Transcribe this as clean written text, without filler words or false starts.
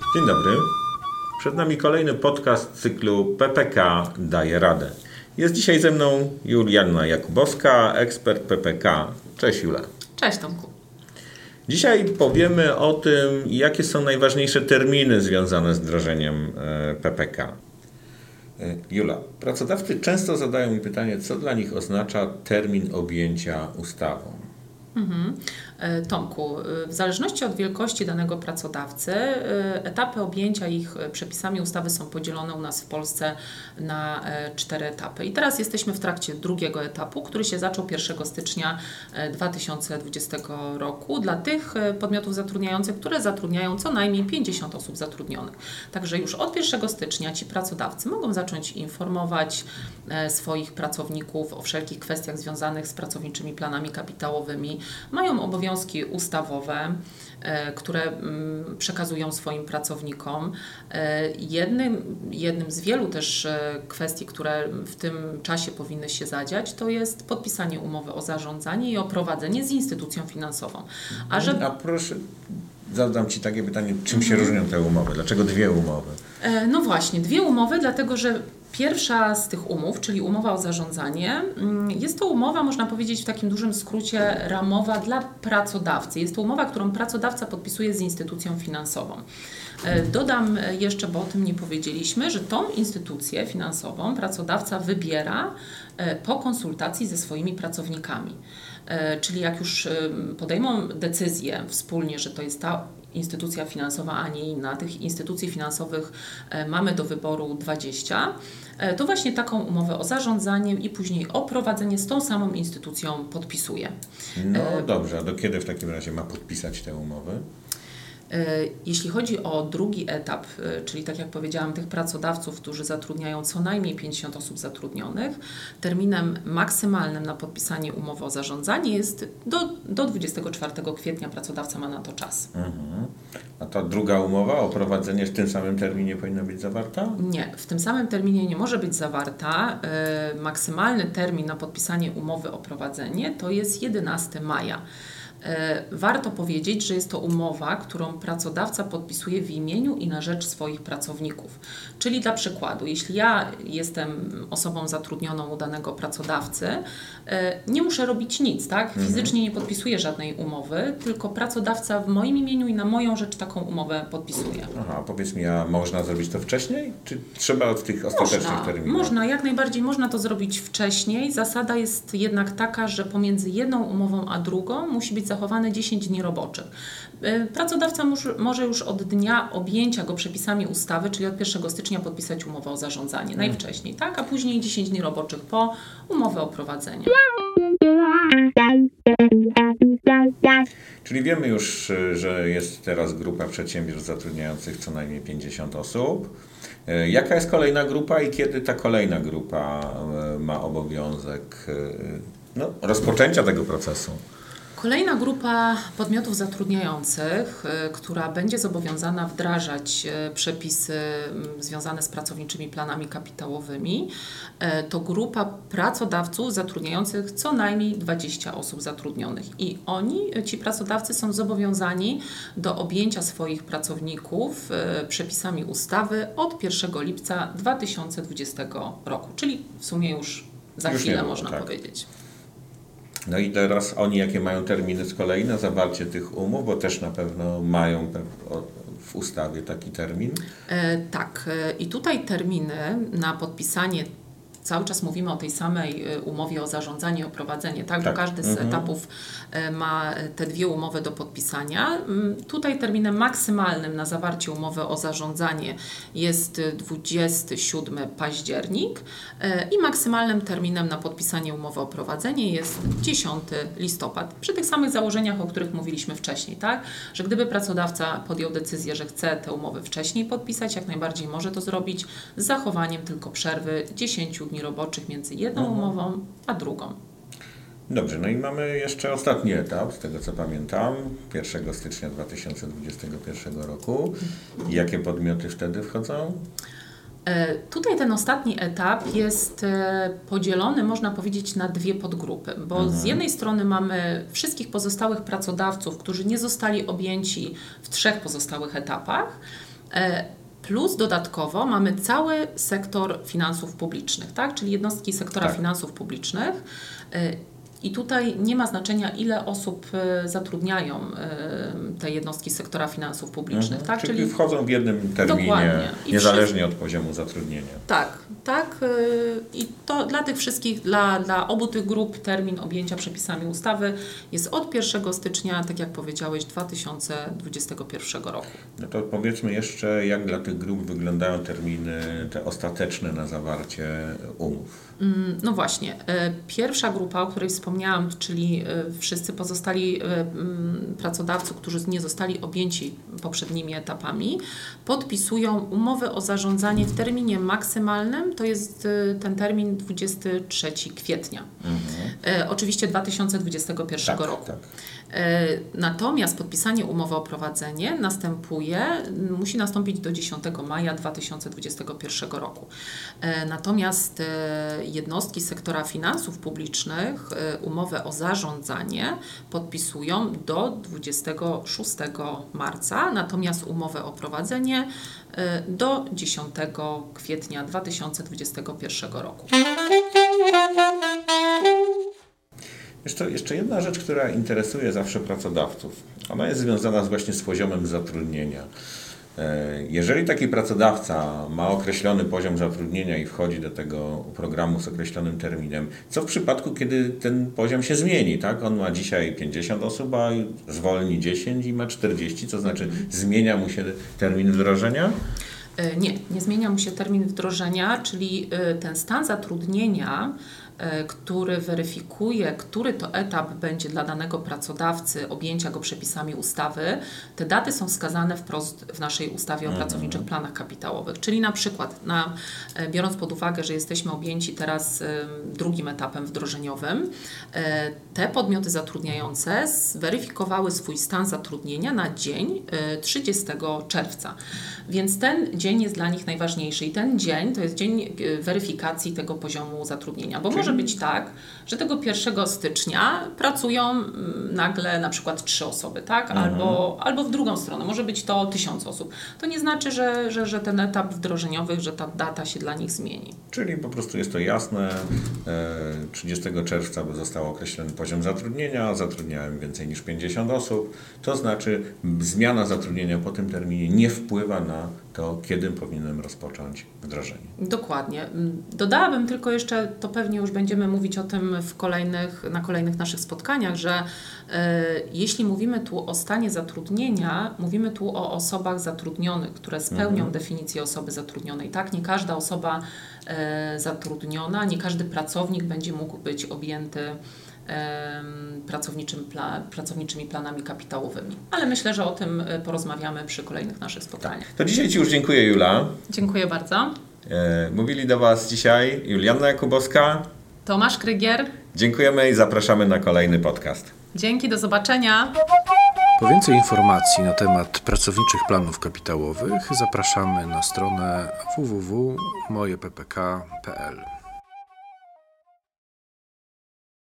Dzień dobry. Przed nami kolejny podcast z cyklu PPK daje radę. Jest dzisiaj ze mną Julianna Jakubowska, ekspert PPK. Cześć Jula. Cześć Tomku. Dzisiaj powiemy o tym, jakie są najważniejsze terminy związane z wdrożeniem PPK. Jula, pracodawcy często zadają mi pytanie, co dla nich oznacza termin objęcia ustawą. Tomku, w zależności od wielkości danego pracodawcy, etapy objęcia ich przepisami ustawy są podzielone u nas w Polsce na 4 etapy. I teraz jesteśmy w trakcie drugiego etapu, który się zaczął 1 stycznia 2020 roku dla tych podmiotów zatrudniających, które zatrudniają co najmniej 50 osób zatrudnionych. Także już od 1 stycznia ci pracodawcy mogą zacząć informować swoich pracowników o wszelkich kwestiach związanych z pracowniczymi planami kapitałowymi. Mają obowiązki ustawowe, które przekazują swoim pracownikom. Jednym z wielu też kwestii, które w tym czasie powinny się zadziać, to jest podpisanie umowy o zarządzanie i o prowadzenie z instytucją finansową. A proszę, zadam Ci takie pytanie, czym się różnią te umowy? Dlaczego 2 umowy? No właśnie, 2 umowy, dlatego że pierwsza z tych umów, czyli umowa o zarządzanie, jest to umowa, można powiedzieć w takim dużym skrócie, ramowa dla pracodawcy. Jest to umowa, którą pracodawca podpisuje z instytucją finansową. Dodam jeszcze, bo o tym nie powiedzieliśmy, że tą instytucję finansową pracodawca wybiera po konsultacji ze swoimi pracownikami. Czyli jak już podejmą decyzję wspólnie, że to jest ta instytucja finansowa, a nie inna, tych instytucji finansowych mamy do wyboru 20, to właśnie taką umowę o zarządzanie i później o prowadzenie z tą samą instytucją podpisuje. No dobrze, a do kiedy w takim razie ma podpisać te umowy? Jeśli chodzi o drugi etap, czyli tak jak powiedziałam, tych pracodawców, którzy zatrudniają co najmniej 50 osób zatrudnionych, terminem maksymalnym na podpisanie umowy o zarządzanie jest do 24 kwietnia pracodawca ma na to czas. A ta druga umowa o prowadzenie w tym samym terminie powinna być zawarta? Nie, w tym samym terminie nie może być zawarta. Maksymalny termin na podpisanie umowy o prowadzenie to jest 11 maja. Warto powiedzieć, że jest to umowa, którą pracodawca podpisuje w imieniu i na rzecz swoich pracowników. Czyli dla przykładu, jeśli ja jestem osobą zatrudnioną u danego pracodawcy, nie muszę robić nic, tak? Fizycznie nie podpisuję żadnej umowy, tylko pracodawca w moim imieniu i na moją rzecz taką umowę podpisuje. Aha, powiedz mi, a można zrobić to wcześniej? Czy trzeba w tych ostatecznych terminach? Można, jak najbardziej można to zrobić wcześniej. Zasada jest jednak taka, że pomiędzy jedną umową a drugą musi być zachowane 10 dni roboczych. Pracodawca może już od dnia objęcia go przepisami ustawy, czyli od 1 stycznia podpisać umowę o zarządzanie, najwcześniej, tak? A później 10 dni roboczych po umowę o prowadzenie. Czyli wiemy już, że jest teraz grupa przedsiębiorstw zatrudniających co najmniej 50 osób. Jaka jest kolejna grupa i kiedy ta kolejna grupa ma obowiązek rozpoczęcia tego procesu? Kolejna grupa podmiotów zatrudniających, która będzie zobowiązana wdrażać przepisy związane z pracowniczymi planami kapitałowymi, to grupa pracodawców zatrudniających co najmniej 20 osób zatrudnionych. I ci pracodawcy są zobowiązani do objęcia swoich pracowników przepisami ustawy od 1 lipca 2020 roku, czyli w sumie już za chwilę można powiedzieć. No i teraz oni jakie mają terminy z kolei na zawarcie tych umów, bo też na pewno mają w ustawie taki termin? Tak. I tutaj terminy na podpisanie, cały czas mówimy o tej samej umowie o zarządzanie i o prowadzenie, tak? Bo każdy z etapów ma te 2 umowy do podpisania. Tutaj terminem maksymalnym na zawarcie umowy o zarządzanie jest 27 październik i maksymalnym terminem na podpisanie umowy o prowadzenie jest 10 listopad. Przy tych samych założeniach, o których mówiliśmy wcześniej, tak? Że gdyby pracodawca podjął decyzję, że chce te umowy wcześniej podpisać, jak najbardziej może to zrobić z zachowaniem tylko przerwy 10 dni roboczych między jedną umową a drugą. Dobrze, no i mamy jeszcze ostatni etap, z tego co pamiętam, 1 stycznia 2021 roku. Jakie podmioty wtedy wchodzą? Tutaj ten ostatni etap jest podzielony, można powiedzieć, na 2 podgrupy, bo z jednej strony mamy wszystkich pozostałych pracodawców, którzy nie zostali objęci w 3 pozostałych etapach, Plus dodatkowo mamy cały sektor finansów publicznych, tak? Czyli jednostki sektora finansów publicznych. I tutaj nie ma znaczenia, ile osób zatrudniają te jednostki sektora finansów publicznych. Tak? Czyli wchodzą w jednym terminie, niezależnie od poziomu zatrudnienia. Tak. I to dla tych wszystkich, dla obu tych grup termin objęcia przepisami ustawy jest od 1 stycznia, tak jak powiedziałeś, 2021 roku. No to powiedzmy jeszcze, jak dla tych grup wyglądają terminy te ostateczne na zawarcie umów. No właśnie. Pierwsza grupa, o której wspomniałam, czyli wszyscy pozostali pracodawcy, którzy nie zostali objęci poprzednimi etapami, podpisują umowę o zarządzanie w terminie maksymalnym, to jest ten termin 23 kwietnia. Oczywiście 2021 roku. Tak. Natomiast podpisanie umowy o prowadzenie musi nastąpić do 10 maja 2021 roku. Natomiast jednostki sektora finansów publicznych umowę o zarządzanie podpisują do 26 marca, natomiast umowę o prowadzenie do 10 kwietnia 2021 roku. Jeszcze jedna rzecz, która interesuje zawsze pracodawców. Ona jest związana właśnie z poziomem zatrudnienia. Jeżeli taki pracodawca ma określony poziom zatrudnienia i wchodzi do tego programu z określonym terminem, co w przypadku, kiedy ten poziom się zmieni, tak? On ma dzisiaj 50 osób, a zwolni 10 i ma 40, co znaczy zmienia mu się termin wdrożenia? Nie zmienia mu się termin wdrożenia, czyli ten stan zatrudnienia, który weryfikuje, który to etap będzie dla danego pracodawcy objęcia go przepisami ustawy. Te daty są wskazane wprost w naszej ustawie o pracowniczych planach kapitałowych. Czyli na przykład, biorąc pod uwagę, że jesteśmy objęci teraz drugim etapem wdrożeniowym, te podmioty zatrudniające zweryfikowały swój stan zatrudnienia na dzień 30 czerwca. Więc ten dzień jest dla nich najważniejszy i ten dzień to jest dzień weryfikacji tego poziomu zatrudnienia, bo może być tak, że tego 1 stycznia pracują nagle na przykład 3 osoby, tak? Albo w drugą stronę, może być to 1000 osób. To nie znaczy, że ten etap wdrożeniowy, że ta data się dla nich zmieni. Czyli po prostu jest to jasne, 30 czerwca został określony poziom zatrudnienia, zatrudniałem więcej niż 50 osób, to znaczy zmiana zatrudnienia po tym terminie nie wpływa na to, kiedy powinienem rozpocząć wdrożenie. Dokładnie. Dodałabym tylko jeszcze, to pewnie już będziemy mówić o tym na kolejnych naszych spotkaniach, że jeśli mówimy tu o stanie zatrudnienia, mówimy tu o osobach zatrudnionych, które spełnią definicję osoby zatrudnionej. Tak, nie każda osoba zatrudniona, nie każdy pracownik będzie mógł być objęty pracowniczymi planami kapitałowymi. Ale myślę, że o tym porozmawiamy przy kolejnych naszych spotkaniach. To dzisiaj Ci już dziękuję, Jula. Dziękuję bardzo. Mówili do Was dzisiaj Julianna Jakubowska, Tomasz Krygier. Dziękujemy i zapraszamy na kolejny podcast. Dzięki, do zobaczenia. Po więcej informacji na temat pracowniczych planów kapitałowych zapraszamy na stronę www.mojeppk.pl.